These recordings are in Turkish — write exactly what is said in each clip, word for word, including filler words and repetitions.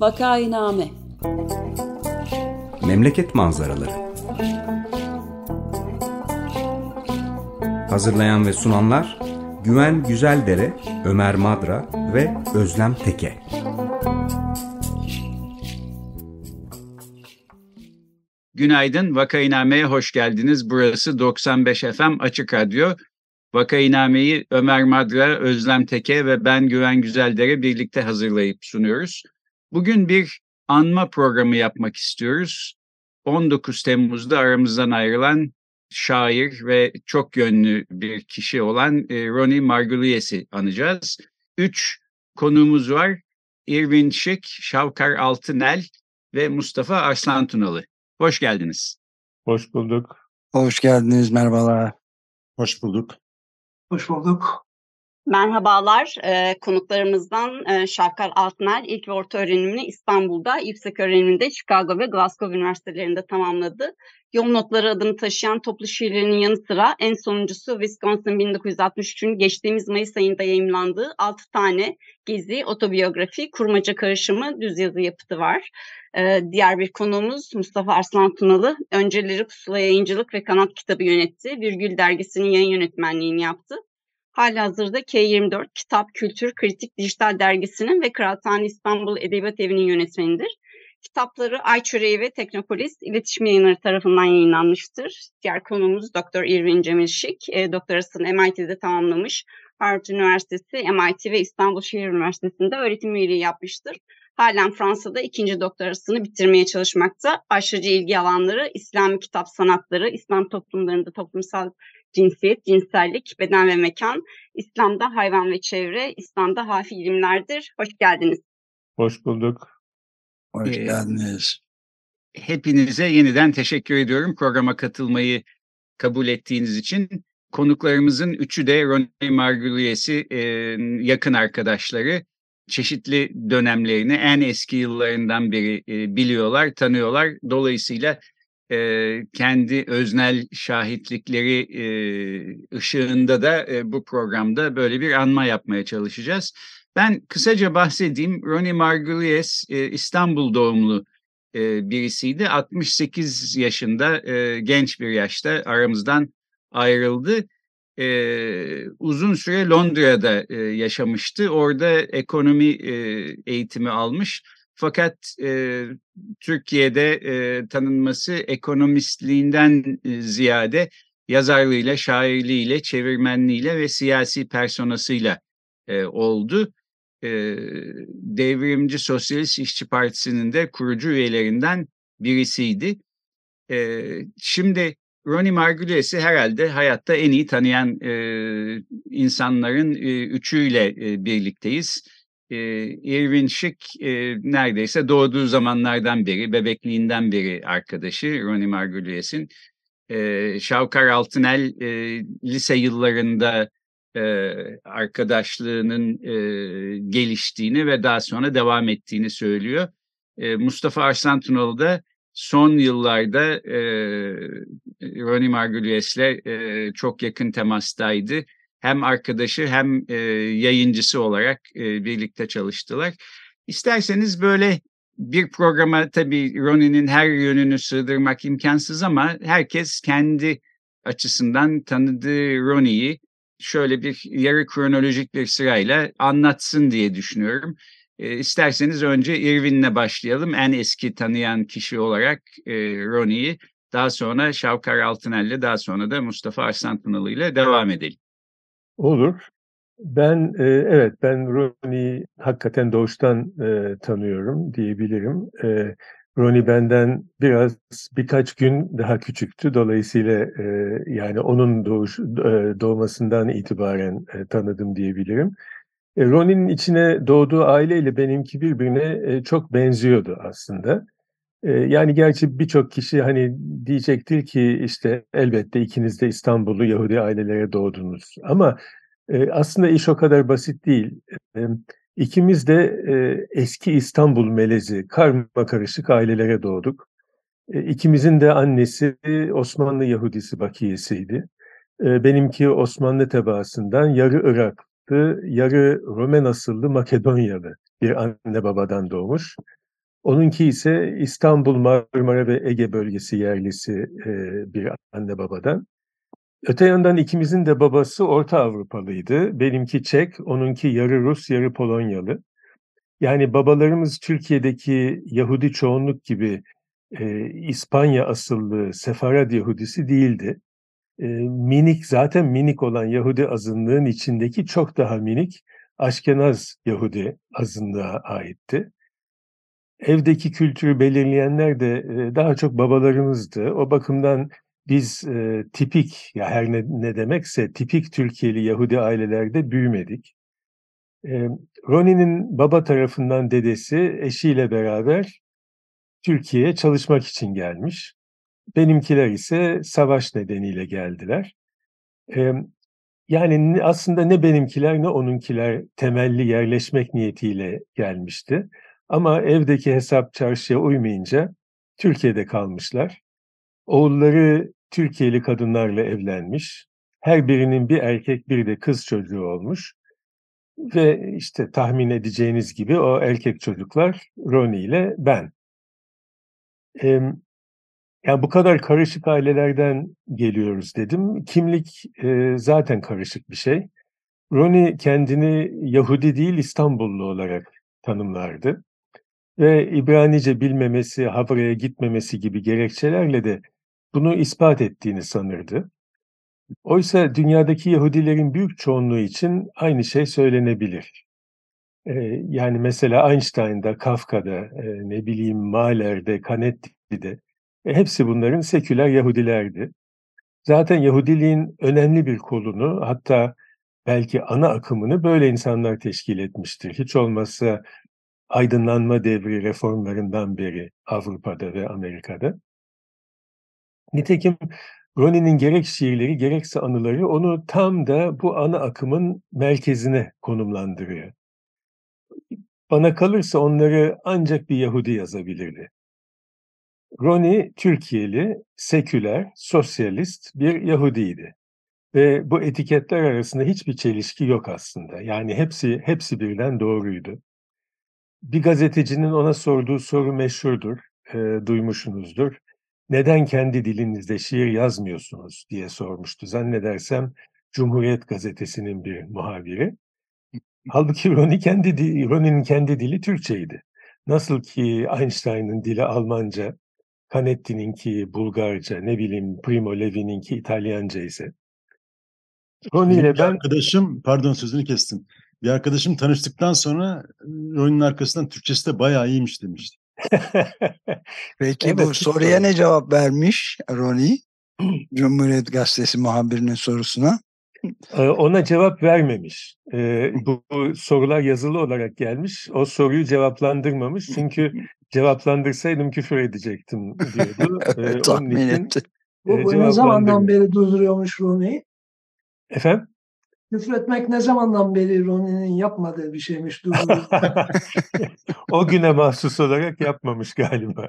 Vakainame. Memleket manzaraları. Hazırlayan ve sunanlar Güven Güzeldere, Ömer Madra ve Özlem Teke. Günaydın, Vakainame'ye hoş geldiniz. Burası doksan beş F M Açık Radyo. Vakainame'yi Ömer Madra, Özlem Teke ve ben Güven Güzeldere birlikte hazırlayıp sunuyoruz. Bugün bir anma programı yapmak istiyoruz. on dokuz Temmuz'da aramızdan ayrılan şair ve çok yönlü bir kişi olan Ronnie Margulies'i anacağız. Üç konuğumuz var. Irvin Schick, Şavkar Altınel ve Mustafa Arslantunalı. Hoş geldiniz. Hoş bulduk. Hoş geldiniz, merhabalar. Hoş bulduk. Hoş bulduk. Merhabalar. Ee, konuklarımızdan e, Şavkar Altınel ilk ve orta öğrenimini İstanbul'da, yüksek öğreniminde Chicago ve Glasgow üniversitelerinde tamamladı. Yol Notları adını taşıyan toplu şiirlerinin yanı sıra en sonuncusu Wisconsin bin dokuz yüz altmış üçün geçtiğimiz Mayıs ayında yayımlandığı altı tane gezi, otobiyografi, kurmaca karışımı, düz yazı yapıtı var. Ee, diğer bir konuğumuz Mustafa Arslantunalı. Önceleri Pusula Yayıncılık ve Kanat Kitabı yönetti. Virgül dergisinin yayın yönetmenliğini yaptı. Halihazırda K yirmi dört Kitap, Kültür, Kritik Dijital Dergisi'nin ve Kıraathane İstanbul Edebiyat Evi'nin yönetmenidir. Kitapları Ay Çöreği ve Teknopolis İletişim Yayınları tarafından yayınlanmıştır. Diğer konuğumuz Doktor Irvin Cemil Schick, e, doktorasını M I T'de tamamlamış. Harvard Üniversitesi, M I T ve İstanbul Şehir Üniversitesi'nde öğretim üyeliği yapmıştır. Halen Fransa'da ikinci doktorasını bitirmeye çalışmakta. Başlıca ilgi alanları İslami kitap sanatları, İslam toplumlarında toplumsal cinsiyet, cinsellik, beden ve mekan, İslam'da hayvan ve çevre, İslam'da hafi ilimlerdir. Hoş geldiniz. Hoş bulduk. Hoş Ee, geldiniz. Hepinize yeniden teşekkür ediyorum programa katılmayı kabul ettiğiniz için. Konuklarımızın üçü de Ronnie Margulies'i e, yakın arkadaşları. Çeşitli dönemlerini en eski yıllarından beri e, biliyorlar, tanıyorlar. Dolayısıyla e, kendi öznel şahitlikleri e, ışığında da e, bu programda böyle bir anma yapmaya çalışacağız. Ben kısaca bahsedeyim. Ronnie Margulies e, İstanbul doğumlu e, birisiydi. altmış sekiz yaşında, e, genç bir yaşta aramızdan ayrıldı. Ee, uzun süre Londra'da e, yaşamıştı. Orada ekonomi e, eğitimi almış. Fakat e, Türkiye'de e, tanınması ekonomistliğinden e, ziyade yazarlığıyla, şairliğiyle, çevirmenliğiyle ve siyasi personasıyla e, oldu. E, Devrimci Sosyalist İşçi Partisi'nin de kurucu üyelerinden birisiydi. E, şimdi Ronnie Margulies'i herhalde hayatta en iyi tanıyan e, insanların e, üçüyle e, birlikteyiz. E, Irvin Schick e, neredeyse doğduğu zamanlardan beri, bebekliğinden beri arkadaşı Ronnie Margulies'in. E, Şavkar Altınel e, lise yıllarında e, arkadaşlığının e, geliştiğini ve daha sonra devam ettiğini söylüyor. E, Mustafa Arslantunalı da son yıllarda e, Ronnie Margulies'le e, çok yakın temastaydı. Hem arkadaşı hem e, yayıncısı olarak e, birlikte çalıştılar. İsterseniz böyle bir programa tabii Ronnie'nin her yönünü sığdırmak imkansız ama herkes kendi açısından tanıdığı Ronnie'yi şöyle bir yarı kronolojik bir sırayla anlatsın diye düşünüyorum. E, isterseniz önce Irvin'le başlayalım. En eski tanıyan kişi olarak e, Ronnie'yi, daha sonra Şavkar Altınel'le, daha sonra da Mustafa Arslantunalı ile devam edelim. Olur. Ben e, evet ben Ronnie'yi hakikaten doğuştan e, tanıyorum diyebilirim. E, Ronnie benden biraz birkaç gün daha küçüktü. Dolayısıyla e, yani onun doğuş, e, doğmasından itibaren e, tanıdım diyebilirim. E, Ronnie'nin içine doğduğu aileyle benimki birbirine e, çok benziyordu aslında. E, yani gerçi birçok kişi hani diyecektir ki işte elbette ikiniz de İstanbullu Yahudi ailelere doğdunuz. Ama e, aslında iş o kadar basit değil. E, ikimiz de e, eski İstanbul melezi, karma karışık ailelere doğduk. E, ikimizin de annesi Osmanlı Yahudisi bakiyesiydi. E, benimki Osmanlı tebaasından yarı Iraklı, yarı Romen asıllı Makedonyalı bir anne babadan doğmuş. Onunki ise İstanbul, Marmara ve Ege bölgesi yerlisi e, bir anne babadan. Öte yandan ikimizin de babası Orta Avrupalıydı. Benimki Çek, onunki yarı Rus, yarı Polonyalı. Yani babalarımız Türkiye'deki Yahudi çoğunluk gibi e, İspanya asıllı Sefarad Yahudisi değildi. E, minik, zaten minik olan Yahudi azınlığın içindeki çok daha minik Aşkenaz Yahudi azınlığa aitti. Evdeki kültürü belirleyenler de e, daha çok babalarımızdı. O bakımdan biz e, tipik, ya her ne, ne demekse tipik Türkiye'li Yahudi ailelerde büyümedik. E, Ronnie'nin baba tarafından dedesi eşiyle beraber Türkiye'ye çalışmak için gelmiş. Benimkiler ise savaş nedeniyle geldiler. E, yani aslında ne benimkiler ne onunkiler temelli yerleşmek niyetiyle gelmişti. Ama evdeki hesap çarşıya uymayınca Türkiye'de kalmışlar. Oğulları Türkiye'li kadınlarla evlenmiş. Her birinin bir erkek bir de kız çocuğu olmuş. Ve işte tahmin edeceğiniz gibi o erkek çocuklar Ronnie ile ben. Ee, yani bu kadar karışık ailelerden geliyoruz dedim. Kimlik e, zaten karışık bir şey. Ronnie kendini Yahudi değil İstanbullu olarak tanımlardı. Ve İbranice bilmemesi, Havra'ya gitmemesi gibi gerekçelerle de bunu ispat ettiğini sanırdı. Oysa dünyadaki Yahudilerin büyük çoğunluğu için aynı şey söylenebilir. Ee, yani mesela Einstein'da, Kafka'da, e, ne bileyim Mahler'de, Canetti'de e, hepsi bunların seküler Yahudilerdi. Zaten Yahudiliğin önemli bir kolunu, hatta belki ana akımını böyle insanlar teşkil etmiştir. Hiç olmazsa aydınlanma devri reformlarından beri Avrupa'da ve Amerika'da. Nitekim Ronnie'nin gerek şiirleri gerekse anıları onu tam da bu ana akımın merkezine konumlandırıyor. Bana kalırsa onları ancak bir Yahudi yazabilirdi. Ronnie Türkiye'li, seküler, sosyalist bir Yahudiydi. Ve bu etiketler arasında hiçbir çelişki yok aslında. Yani hepsi hepsi birden doğruydu. Bir gazetecinin ona sorduğu soru meşhurdur, e, duymuşsunuzdur. Neden kendi dilinizde şiir yazmıyorsunuz diye sormuştu. Zannedersem Cumhuriyet Gazetesi'nin bir muhabiri. Halbuki Ronnie kendi dili, Ronnie'nin kendi dili Türkçeydi. Nasıl ki Einstein'ın dili Almanca, Canetti'ninki Bulgarca, ne bileyim Primo Levi'ninki İtalyanca ise. Ronnie Benim ile bir ben arkadaşım, pardon sözünü kestim. Bir arkadaşım tanıştıktan sonra Ronnie'nin arkasından Türkçesi de bayağı iyiymiş demişti. Peki Evet, bu hiç soruya sorun. ne cevap vermiş Ronnie? Cumhuriyet Gazetesi muhabirinin sorusuna. Ee, Ona cevap vermemiş. Ee, bu, bu sorular yazılı olarak gelmiş. O soruyu cevaplandırmamış. Çünkü cevaplandırsaydım küfür edecektim diyordu. Ee, Evet, onun tahmin için ettim. Bu, e, bu ne zamandan cevaplandırmamış. beri durduruyormuş Ronnie'yi? Efendim? Küfür etmek ne zamandan beri Ronnie'nin yapmadığı bir şeymiş durduruyor. O güne mahsus olarak yapmamış galiba.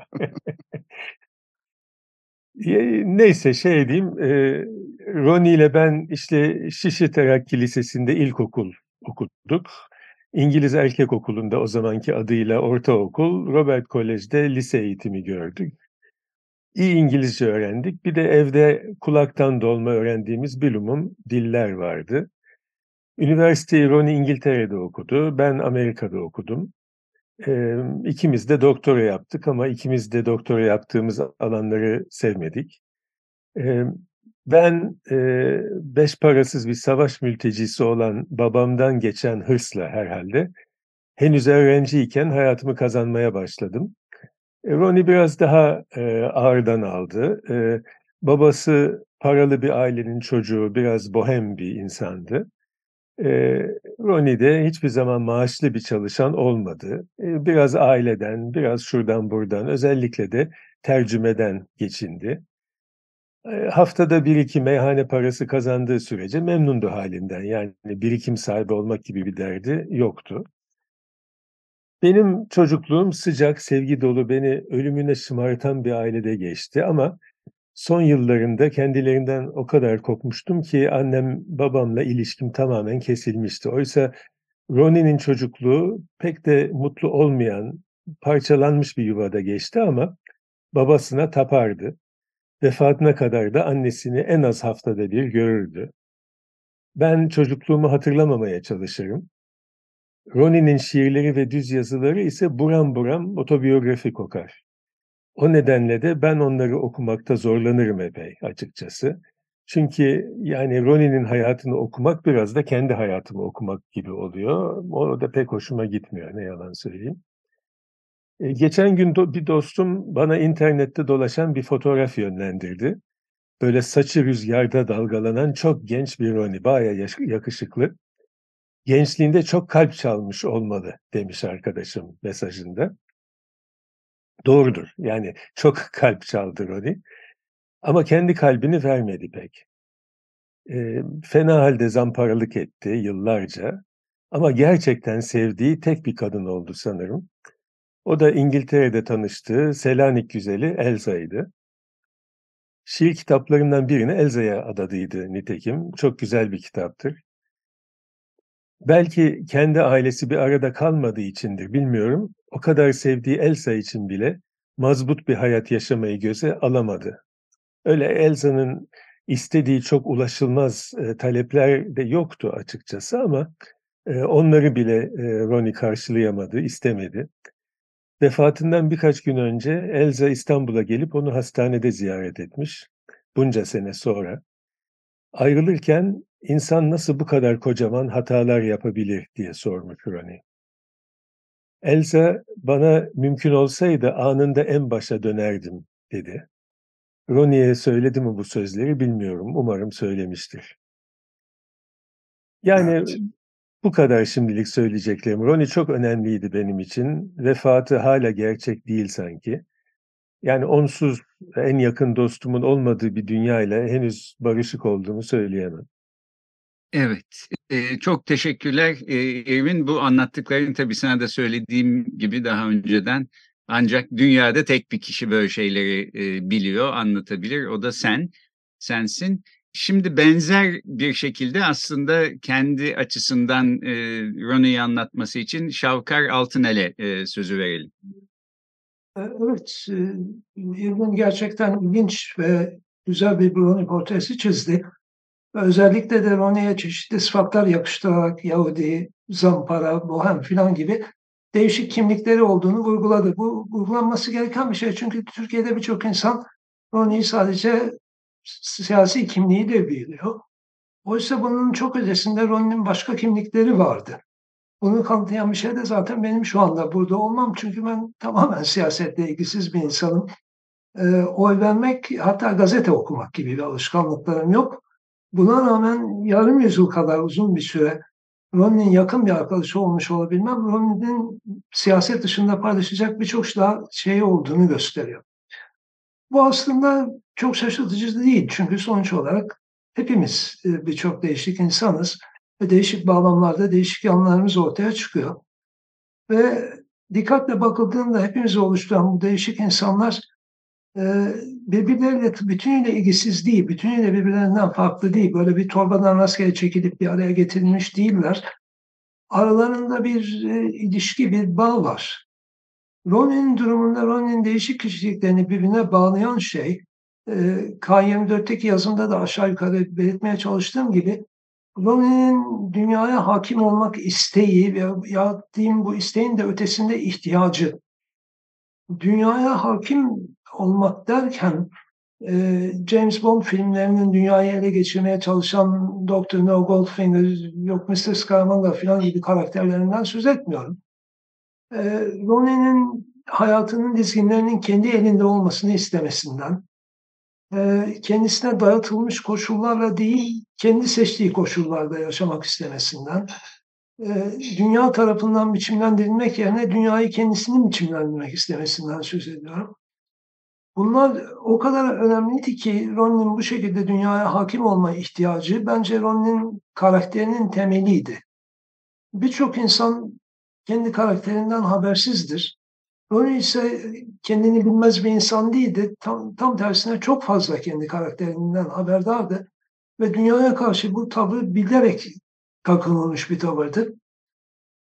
Ye- Neyse şey diyeyim, e, Ronnie ile ben işte Şişli Terakki Lisesi'nde ilkokul okuduk. İngiliz Erkek Okulu'nda o zamanki adıyla ortaokul, Robert College'de lise eğitimi gördük. İyi İngilizce öğrendik. Bir de evde kulaktan dolma öğrendiğimiz bilumum diller vardı. Üniversiteyi Ronnie İngiltere'de okudu, ben Amerika'da okudum. E, ikimiz de doktora yaptık ama ikimiz de doktora yaptığımız alanları sevmedik. Ee, Ben e, beş parasız bir savaş mültecisi olan babamdan geçen hırsla herhalde henüz öğrenciyken hayatımı kazanmaya başladım. E, Ronnie biraz daha e, ağırdan aldı. E, babası paralı bir ailenin çocuğu, biraz bohem bir insandı. E, Ronnie de hiçbir zaman maaşlı bir çalışan olmadı. E, biraz aileden, biraz şuradan buradan, özellikle de tercümeden geçindi. E, Haftada bir iki meyhane parası kazandığı sürece memnundu halinden. Yani birikim sahibi olmak gibi bir derdi yoktu. Benim çocukluğum sıcak, sevgi dolu, beni ölümüne şımartan bir ailede geçti ama son yıllarında kendilerinden o kadar kopmuştum ki annem babamla ilişkim tamamen kesilmişti. Oysa Ronnie'nin çocukluğu pek de mutlu olmayan, parçalanmış bir yuvada geçti ama babasına tapardı. Vefatına kadar da annesini en az haftada bir görürdü. Ben çocukluğumu hatırlamamaya çalışırım. Ronnie'nin şiirleri ve düz yazıları ise buram buram otobiyografi kokar. O nedenle de ben onları okumakta zorlanırım epey açıkçası. Çünkü yani Ronnie'nin hayatını okumak biraz da kendi hayatımı okumak gibi oluyor. O da pek hoşuma gitmiyor, ne yalan söyleyeyim. E, geçen gün do- bir dostum bana internette dolaşan bir fotoğraf yönlendirdi. Böyle saçı rüzgarda dalgalanan çok genç bir Ronnie, bayağı yaş- yakışıklı. Gençliğinde çok kalp çalmış olmalı demiş arkadaşım mesajında. Doğrudur. Yani çok kalp çaldı Ronnie. Ama kendi kalbini vermedi pek. E, fena halde zamparalık etti yıllarca. Ama gerçekten sevdiği tek bir kadın oldu sanırım. O da İngiltere'de tanıştığı Selanik güzeli Elsa'ydı. Şiir kitaplarından birini Elsa'ya adadıydı nitekim. Çok güzel bir kitaptır. Belki kendi ailesi bir arada kalmadığı içindir, bilmiyorum. O kadar sevdiği Elsa için bile mazbut bir hayat yaşamayı göze alamadı. Öyle Elsa'nın istediği çok ulaşılmaz e, talepler de yoktu açıkçası ama e, onları bile e, Ronnie karşılayamadı, istemedi. Vefatından birkaç gün önce Elsa İstanbul'a gelip onu hastanede ziyaret etmiş. Bunca sene sonra. Ayrılırken insan nasıl bu kadar kocaman hatalar yapabilir diye sormuş Ronnie. Elsa bana mümkün olsaydı anında en başa dönerdim dedi. Ronnie'ye söyledi mi bu sözleri bilmiyorum. Umarım söylemiştir. Yani Evet. bu kadar şimdilik söyleyeceklerim. Ronnie çok önemliydi benim için. Vefatı hala gerçek değil sanki. Yani onsuz en yakın dostumun olmadığı bir dünyayla henüz barışık olduğumu söyleyemem. Evet, e, çok teşekkürler e, Ervin. Bu anlattıkların tabii sana da söylediğim gibi daha önceden ancak dünyada tek bir kişi böyle şeyleri e, biliyor, anlatabilir. O da sen, sensin. Şimdi benzer bir şekilde aslında kendi açısından e, Ronnie'yi anlatması için Şavkar Altınel'e e, sözü verelim. Evet, e, Irvin gerçekten ilginç ve güzel bir Ronnie portresi çizdi. Ve özellikle de Ronnie'ye çeşitli sıfatlar yakıştırarak Yahudi, zampara, bohem filan gibi değişik kimlikleri olduğunu vurguladı. Bu vurgulanması gereken bir şey çünkü Türkiye'de birçok insan Ronnie'yi sadece siyasi kimliğiyle biliyor. Oysa bunun çok ötesinde Ronnie'nin başka kimlikleri vardı. Bunu kanıtlayan bir şey de zaten benim şu anda burada olmam. Çünkü ben tamamen siyasetle ilgisiz bir insanım. E, oy vermek, hatta gazete okumak gibi bir alışkanlıklarım yok. Buna rağmen yarım yüzyıl kadar uzun bir süre Ronnie'nin yakın bir arkadaşı olmuş olabilmem, Ronnie'nin siyaset dışında paylaşacak birçok daha şey olduğunu gösteriyor. Bu aslında çok şaşırtıcı değil. Çünkü sonuç olarak hepimiz e, birçok değişik insanız ve değişik bağlamlarda değişik yanlarımız ortaya çıkıyor. Ve dikkatle bakıldığında hepimizi oluşturan bu değişik insanlar e, birbirleriyle bütünüyle ilgisiz değil, bütünüyle birbirlerinden farklı değil. Böyle bir torbadan rastgele çekilip bir araya getirilmiş değiller. Aralarında bir e, ilişki, bir bağ var. Ronnie'nin durumunda Ronnie'nin değişik kişiliklerini birbirine bağlayan şey, e, K yirmi dörtteki yazımda da aşağı yukarı belirtmeye çalıştığım gibi, Ronnie'nin dünyaya hakim olmak isteği ve ya diyeyim bu isteğin de ötesinde ihtiyacı. Dünyaya hakim olmak derken e, James Bond filmlerinin dünyayı ele geçirmeye çalışan doktor No Goldfinger, yok mister Scaramanga falan gibi karakterlerinden söz etmiyorum. E, Ronnie'nin hayatının dizginlerinin kendi elinde olmasını istemesinden, e, kendisine dayatılmış koşullarla değil, kendi seçtiği koşullarda yaşamak istemesinden, e, dünya tarafından biçimlendirilmek yerine dünyayı kendisinin biçimlendirmek istemesinden söz ediyorum. Bunlar o kadar önemliydi ki Ronnie'nin bu şekilde dünyaya hakim olma ihtiyacı bence Ronnie'nin karakterinin temeliydi. Birçok insan kendi karakterinden habersizdir. Ronnie ise kendini bilmez bir insan değildi. Tam, tam tersine çok fazla kendi karakterinden haberdardı. Ve dünyaya karşı bu tavrı bilerek takınılmış bir tavırdı.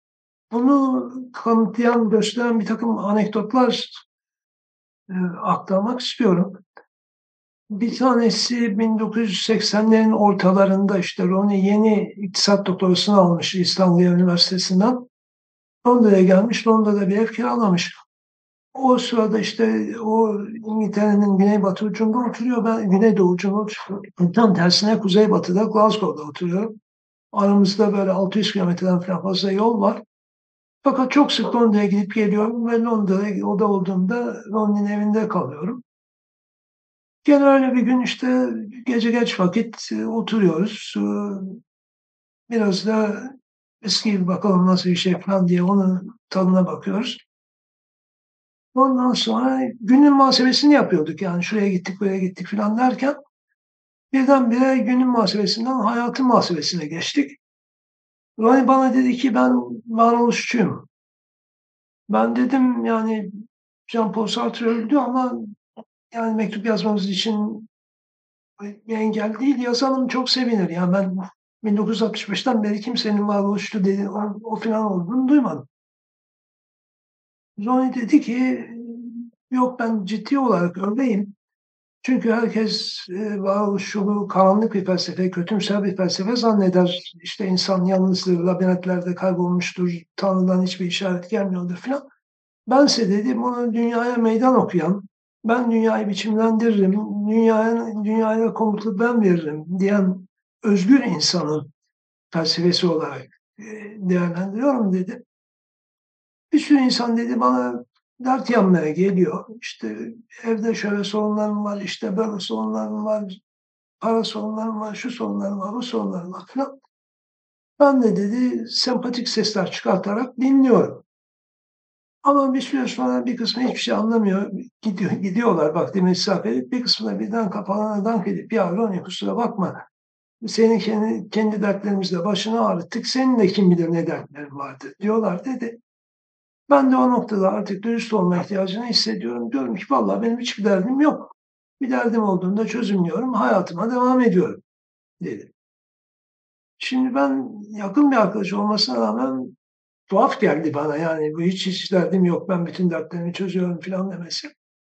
bunu kanıtlayan, gösteren bir takım anekdotlar e, aktarmak istiyorum. Bir tanesi bin dokuz yüz seksenlerin ortalarında işte Ronnie yeni iktisat doktorasını almış İstanbul Üniversitesi'nden. Londra'ya gelmiş, Londra'da bir ev kiralamış. O sırada işte o İngiltere'nin güneybatı ucunda oturuyor. Ben güneydoğu ucunda oturuyorum. Tam tersine kuzeybatıda Glasgow'da oturuyorum. Aramızda böyle altı yüz kilometreden falan fazla yol var. Fakat çok sık Londra'ya gidip geliyorum ve Londra'da oda olduğumda Ronnie'nin evinde kalıyorum. Gene öyle bir gün işte gece geç vakit e, oturuyoruz. E, Biraz da eski bakalım nasıl bir şey falan diye onun tadına bakıyoruz. Ondan sonra günün muhasebesini yapıyorduk. Yani şuraya gittik, buraya gittik falan derken birdenbire günün muhasebesinden hayatın muhasebesine geçtik. Ronnie bana dedi ki ben varoluşçuyum. Ben dedim yani Jean-Paul Sartre öldü ama yani mektup yazmamız için bir engel değil. Yazalım çok sevinir. Yani ben bin dokuz yüz altmış beşten beri kimsenin varoluşçu dedi, o, o falan olduğunu duymadım. Ronnie dedi ki yok ben ciddi olarak öyleyim. Çünkü herkes e, varoluşçuluğu karanlık bir felsefe, kötümser bir felsefe zanneder. İşte insan yalnızdır, labirentlerde kaybolmuştur, Tanrı'dan hiçbir işaret gelmiyordur filan. Bense dedi bunu dünyaya meydan okuyan, ben dünyayı biçimlendiririm, dünyaya, dünyaya komutu ben veririm diyen özgür insanın felsefesi olarak e, değerlendiriyorum dedi. Bir sürü insan dedi bana dert yanmaya geliyor. İşte evde şöyle sorunlarım var, işte böyle sorunlarım var, para sorunlarım var, şu sorunlarım var, bu sorunlarım var falan. Ben de dedi sempatik sesler çıkartarak dinliyorum. Ama bir süre sonra bir kısmı hiçbir şey anlamıyor. Gidiyor, gidiyorlar vaktimi israf edip bir kısmına birden kapağına dank edip ya Ronnie kusura bakma. Senin kendi, kendi dertlerimizle başını ağrıttık. Senin de kim bilir ne dertlerin vardı diyorlar dedi. Ben de o noktada artık dürüst olma ihtiyacını hissediyorum. Diyorum ki vallahi benim hiçbir derdim yok. Bir derdim olduğunda çözümlüyorum. Hayatıma devam ediyorum dedi. Şimdi ben yakın bir arkadaş olmasına rağmen tuhaf geldi bana yani bu hiç hiç derdim yok ben bütün dertlerimi çözüyorum falan demesi.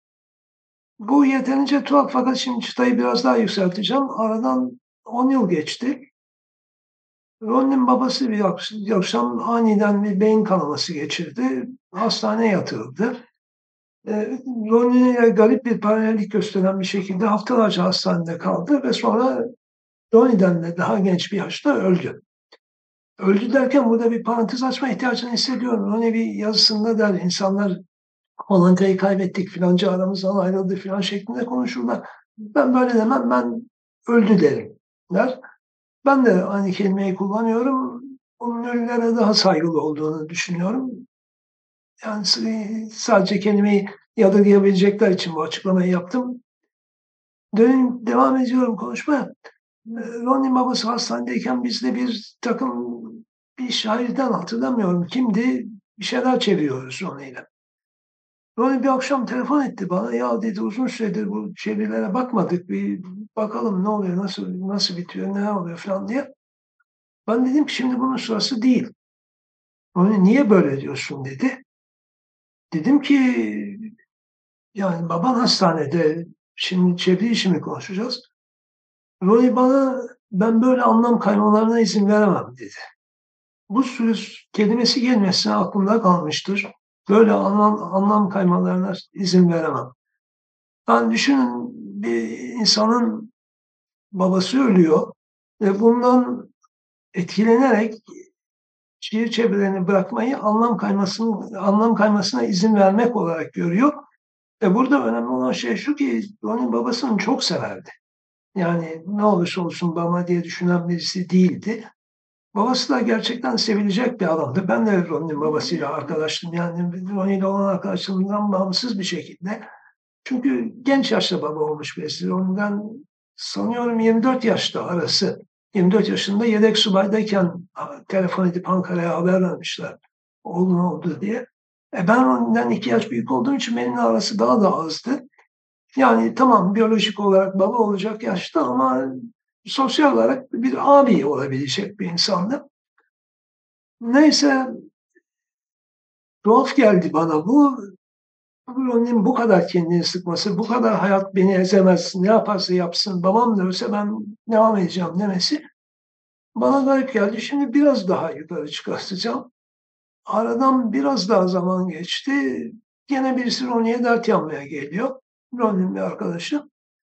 Bu yeterince tuhaf fakat şimdi çıtayı biraz daha yükselteceğim. Aradan on yıl geçti. Ronnie'nin babası bir akşam aniden bir beyin kanaması geçirdi. Hastaneye yatırıldı. E, Ronnie'ye garip bir paralellik gösteren bir şekilde haftalarca hastanede kaldı ve sonra Ronnie'den de daha genç bir yaşta öldü. Öldü derken burada bir parantez açma ihtiyacını hissediyorum. Ronnie bir yazısında der insanlar Hollanda'yı kaybettik filanca aramızdan ayrıldı filan şeklinde konuşurlar. Ben böyle demem ben öldü derim der. Ben de aynı kelimeyi kullanıyorum. Onun ölülere daha saygılı olduğunu düşünüyorum. Yani sadece kelimeyi yadırgayabilecekler için bu açıklamayı yaptım. Dönün, devam ediyorum konuşmaya. Ronnie babası hastanedeyken biz de bir takım bir şairden hatırlamıyorum kimdi bir şeyler çeviriyoruz Ronnie'yle. Ronnie bir akşam telefon etti bana ya dedi uzun süredir bu çevirilere bakmadık bir bakalım ne oluyor nasıl nasıl bitiyor ne oluyor falan diye. Ben dedim ki şimdi bunun sırası değil. Ronnie niye böyle diyorsun dedi. Dedim ki yani baban hastanede şimdi çeviri işimi konuşacağız. Ronnie bana ben böyle anlam kaymalarına izin veremem dedi. Bu söz kelimesi gelmesine aklımda kalmıştır. Böyle anlam, anlam kaymalarına izin veremem. Yani düşünün bir insanın babası ölüyor ve bundan etkilenerek şiir çevirilerini bırakmayı anlam kaymasının anlam kaymasına izin vermek olarak görüyor. Ve burada önemli olan şey şu ki Ronnie babasını çok severdi. Yani ne olursa olsun baba diye düşünen birisi değildi. Babası da gerçekten sevilecek bir adamdı. Ben de Ronnie'nin babasıyla arkadaştım. Yani Ronnie ile olan arkadaşlığımdan bağımsız bir şekilde. Çünkü genç yaşta baba olmuş birisi. Ondan sanıyorum yirmi dört yaşta arası. yirmi dört yaşında yedek subaydayken telefon edip Ankara'ya haber vermişler. Oğlun oldu diye. E ben ondan iki yaş büyük olduğum için benimle arası daha da azdı. Yani tamam biyolojik olarak baba olacak yaşta ama sosyal olarak bir abi olabilecek bir insandı. Neyse tuhaf geldi bana bu. Ronnie'nin bu kadar kendini sıkması, bu kadar hayat beni ezemez, ne yaparsa yapsın, babam da ölse ben devam edeceğim demesi bana garip geldi. Şimdi biraz daha yukarı çıkartacağım. Aradan biraz daha zaman geçti. Gene birisi Ronnie'ye dert yanmaya geliyor. Ronnie'nin bir arkadaşı.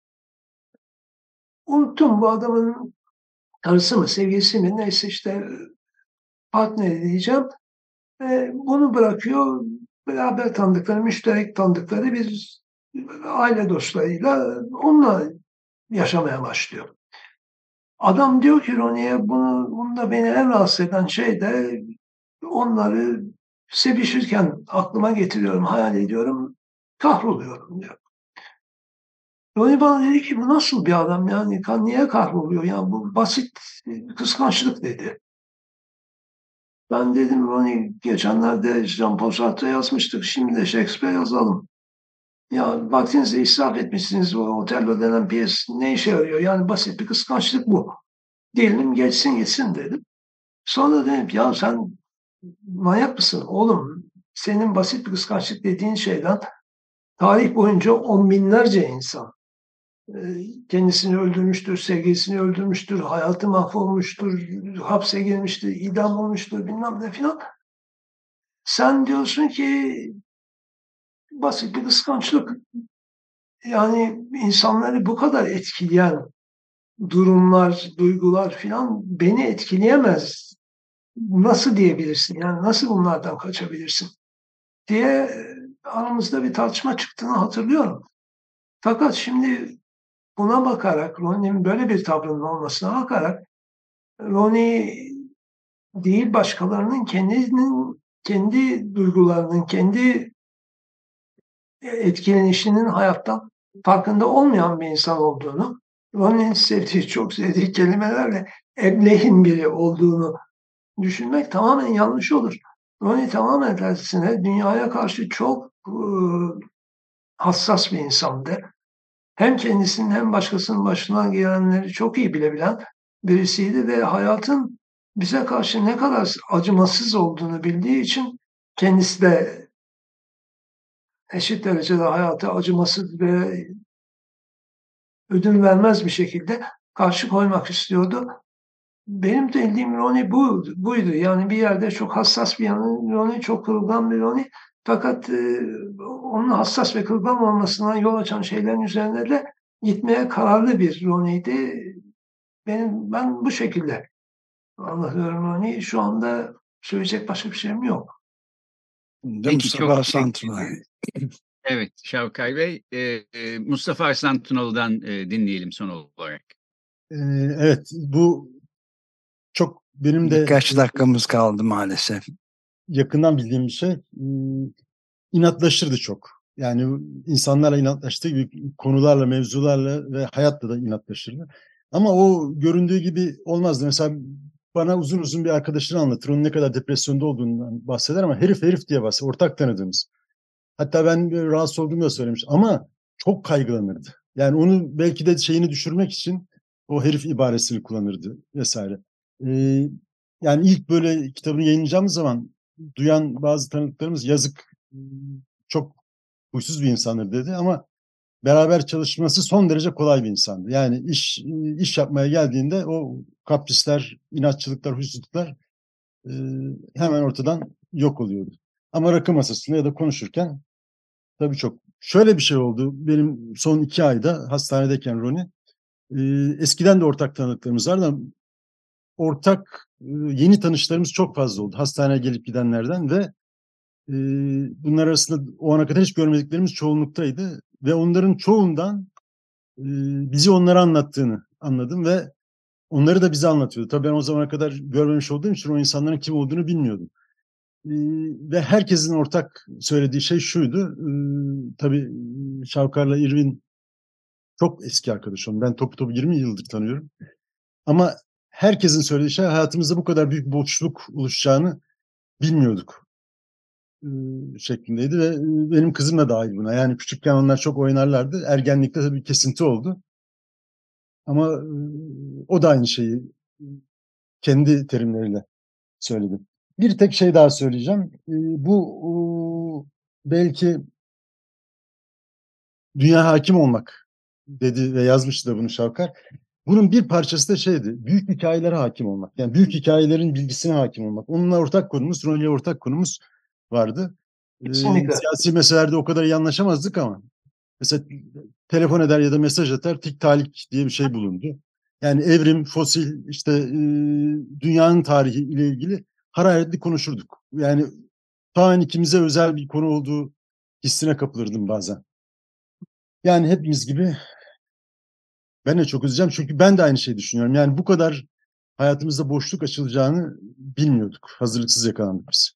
Unuttum bu adamın karısı mı, sevgilisi mi, neyse işte partneri diyeceğim. E, bunu bırakıyor. Beraber tanıdıkları, müşterek tanıdıkları bir aile dostlarıyla onunla yaşamaya başlıyor. Adam diyor ki Ronnie'ye bunu, bunda beni en rahatsız eden şey de onları sevişirken aklıma getiriyorum, hayal ediyorum, kahroluyorum diyor. Ronnie bana dedi ki bu nasıl bir adam yani niye kahroluyor? Yani bu basit kıskançlık dedi. Ben dedim Ronnie geçenlerde Jean-Paul Sartre yazmıştık, şimdi de Shakespeare yazalım. Ya vaktinizi israf etmişsiniz, o Otello denen piyes ne işe yarıyor? Yani basit bir kıskançlık bu. Diyelim geçsin gitsin dedim. Sonra dedim ya sen manyak mısın oğlum? Senin basit bir kıskançlık dediğin şeyden tarih boyunca on binlerce insan kendisini öldürmüştür, sevgilisini öldürmüştür, hayatı mahvolmuştur, hapse girmiştir, idam olmuştur bilmem ne filan. Sen diyorsun ki basit bir kıskançlık. Yani insanları bu kadar etkileyen durumlar, duygular filan beni etkileyemez. Nasıl diyebilirsin? Yani nasıl bunlardan kaçabilirsin? Diye aramızda bir tartışma çıktığını hatırlıyorum. Fakat şimdi buna bakarak, Ronnie'nin böyle bir tavrının olmasına bakarak, Ronnie değil başkalarının kendinin, kendi duygularının, kendi etkilenişinin hayattan farkında olmayan bir insan olduğunu, Ronnie'nin sevdiği, çok sevdiği kelimelerle eblehin biri olduğunu düşünmek tamamen yanlış olur. Ronnie tamamen tersine dünyaya karşı çok e, hassas bir insandı. Hem kendisinin hem başkasının başına gelenleri çok iyi bilebilen birisiydi ve hayatın bize karşı ne kadar acımasız olduğunu bildiği için kendisi de eşit derecede hayata acımasız ve ödün vermez bir şekilde karşı koymak istiyordu. Benim de bildiğim Ronnie bu, buydu. Yani bir yerde çok hassas bir yanı Ronnie, çok kırılgan bir Ronnie. Fakat e, onun hassas ve kırılgan olmasından yol açan şeylerin üzerine de gitmeye kararlı bir Ronnie'ydi. Benim, ben bu şekilde anlatıyorum Ronnie'yi. Şu anda söyleyecek başka bir şeyim yok. Peki, Mustafa çok Arslan teşekkür Tunalı. Evet, Şavkay Bey. E, e, Mustafa Arslan Tunalı'dan e, dinleyelim son olarak. Ee, evet, bu çok benim de Birkaç dakikamız kaldı maalesef. yakından bildiğim bir şey. İnatlaşırdı çok. Yani insanlarla inatlaştığı gibi konularla, mevzularla ve hayatla da inatlaşırdı. Ama o göründüğü gibi olmazdı. Mesela bana uzun uzun bir arkadaşını anlatır. Onun ne kadar depresyonda olduğundan bahseder ama herif herif diye bahseder. Ortak tanıdığımız. Hatta ben bir rahatsız olduğumu da söylemiş. Ama çok kaygılanırdı. Yani onu belki de şeyini düşürmek için o herif ibaresini kullanırdı vesaire. Ee, yani ilk böyle kitabını yayınlayacağımız zaman duyan bazı tanıdıklarımız yazık, çok huysuz bir insandır dedi ama beraber çalışması son derece kolay bir insandı. Yani iş iş yapmaya geldiğinde o kaprisler, inatçılıklar, huysuzluklar e, hemen ortadan yok oluyordu. Ama rakı masasında ya da konuşurken tabii çok. Şöyle bir şey oldu. Benim son iki ayda hastanedeyken Ronnie, e, eskiden de ortak tanıdıklarımız vardı ama ortak e, yeni tanışlarımız çok fazla oldu. Hastaneye gelip gidenlerden ve e, bunlar arasında o ana kadar hiç görmediklerimiz çoğunluktaydı. Ve onların çoğundan e, bizi onlara anlattığını anladım ve onları da bize anlatıyordu. Tabii ben o zamana kadar görmemiş olduğum için o insanların kim olduğunu bilmiyordum. E, ve herkesin ortak söylediği şey şuydu. E, tabii Şavkar'la Irvin çok eski arkadaşım. Ben topu topu yirmi yıldır tanıyorum. Ama herkesin söylediği şey hayatımızda bu kadar büyük boşluk oluşacağını bilmiyorduk e, şeklindeydi ve benim kızım da dahil buna. Yani küçükken onlar çok oynarlardı. Ergenlikte tabii kesinti oldu. Ama e, o da aynı şeyi kendi terimleriyle söyledi. bir tek şey daha söyleyeceğim. E, bu e, belki dünya hakim olmak dedi ve yazmıştı da bunu Şavkar. Bunun bir parçası da şeydi, büyük hikayelere hakim olmak. Yani büyük hikayelerin bilgisine hakim olmak. Onunla ortak konumuz, Roni'yle ortak konumuz vardı. Ee, Kesinlikle. siyasi meselelerde o kadar iyi anlaşamazdık ama mesela telefon eder ya da mesaj atar, tiktalik diye bir şey bulundu. Yani evrim, fosil, işte e, dünyanın tarihi ile ilgili hararetli konuşurduk. Yani tamamen ikimize özel bir konu olduğu hissine kapılırdım bazen. Yani hepimiz gibi ben de çok üzüleceğim çünkü ben de aynı şeyi düşünüyorum. Yani bu kadar hayatımızda boşluk açılacağını bilmiyorduk. Hazırlıksız yakalandık biz.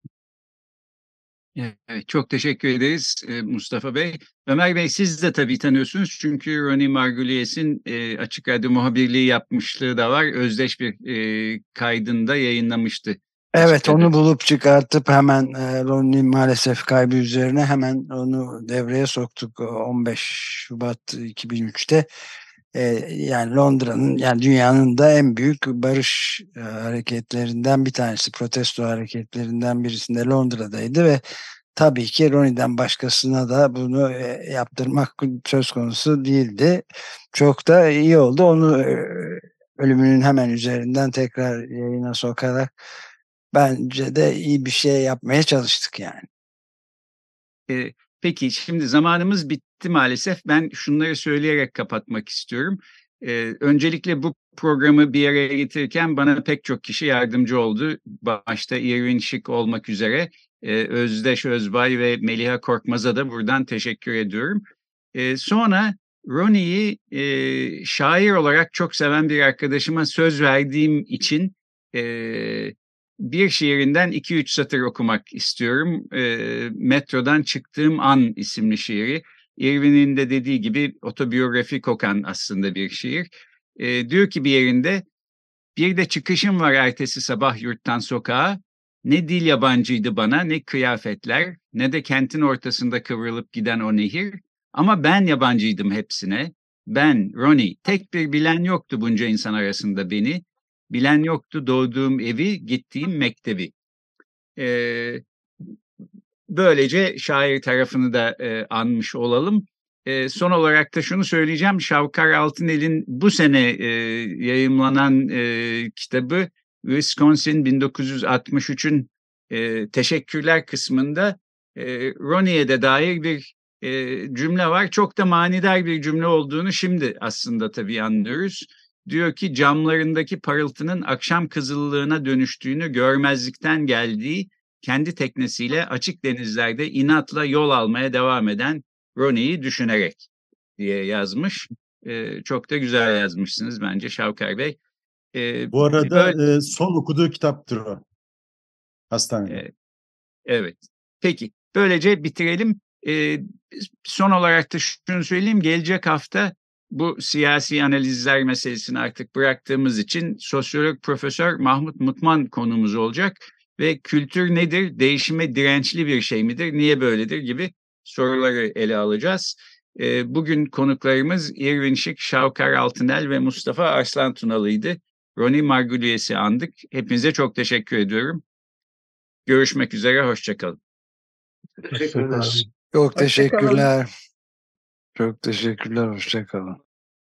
Evet, çok teşekkür ederiz e, Mustafa Bey. Ömer Bey, siz de tabii tanıyorsunuz çünkü Ronnie Margulies'in e, Açık Radyo muhabirliği yapmışlığı da var. Özdeş bir e, kaydında yayınlamıştı. Evet, onu bulup çıkartıp hemen e, Ronnie maalesef kaybı üzerine hemen onu devreye soktuk on beş Şubat iki bin üçte. E, yani Londra'nın, yani dünyanın da en büyük barış e, hareketlerinden bir tanesi, protesto hareketlerinden birisinde Londra'daydı ve tabii ki Ronnie'den başkasına da bunu e, yaptırmak söz konusu değildi. Çok da iyi oldu. Onu e, ölümünün hemen üzerinden tekrar yayına sokarak bence de iyi bir şey yapmaya çalıştık yani. E, peki şimdi zamanımız bitti maalesef. Ben şunları söyleyerek kapatmak istiyorum. E, öncelikle bu programı bir araya getirirken bana pek çok kişi yardımcı oldu. Başta Irwin Şık olmak üzere e, Özdeş Özbay ve Meliha Korkmaz'a da buradan teşekkür ediyorum. E, sonra Ronnie'yi e, şair olarak çok seven bir arkadaşıma söz verdiğim için e, bir şiirinden iki üç satır okumak istiyorum. E, Metrodan Çıktığım An isimli şiiri. Irwin'in de dediği gibi otobiyografi kokan aslında bir şiir. E, diyor ki bir yerinde, bir de çıkışım var ertesi sabah yurttan sokağa. Ne dil yabancıydı bana, ne kıyafetler, ne de kentin ortasında kıvrılıp giden o nehir. Ama ben yabancıydım hepsine. Ben, Ronnie, tek bir bilen yoktu bunca insan arasında beni. Bilen yoktu doğduğum evi, gittiğim mektebi. Ee, böylece şair tarafını da e, anmış olalım. E, son olarak da şunu söyleyeceğim. Şavkar Altınel'in bu sene e, yayımlanan e, kitabı Wisconsin bin dokuz yüz altmış üçün e, teşekkürler kısmında e, Ronnie'ye de dair bir e, cümle var. Çok da manidar bir cümle olduğunu şimdi aslında tabii anlıyoruz. Diyor ki camlarındaki parıltının akşam kızıllığına dönüştüğünü görmezlikten geldiği, kendi teknesiyle açık denizlerde inatla yol almaya devam eden Ronnie'yi düşünerek diye yazmış. Ee, çok da güzel yazmışsınız bence Şavkar Bey. Ee, Bu arada böyle, e, son okuduğu kitaptır o. Hastanede. e, evet. Peki. Böylece bitirelim. Ee, son olarak da şunu söyleyeyim. Gelecek hafta bu siyasi analizler meselesini artık bıraktığımız için sosyolog Profesör Mahmut Mutman konuğumuz olacak. Ve kültür nedir, değişime dirençli bir şey midir, niye böyledir gibi soruları ele alacağız. E, bugün konuklarımız Irwin Şık, Şavkar Altınel ve Mustafa Arslan Tunalı'ydı. Ronnie Margulies'i andık. Hepinize çok teşekkür ediyorum. Görüşmek üzere, hoşçakalın. Teşekkür ederiz. Çok Hoşça kalın. teşekkürler. Çok teşekkürler. Hoşça kalın.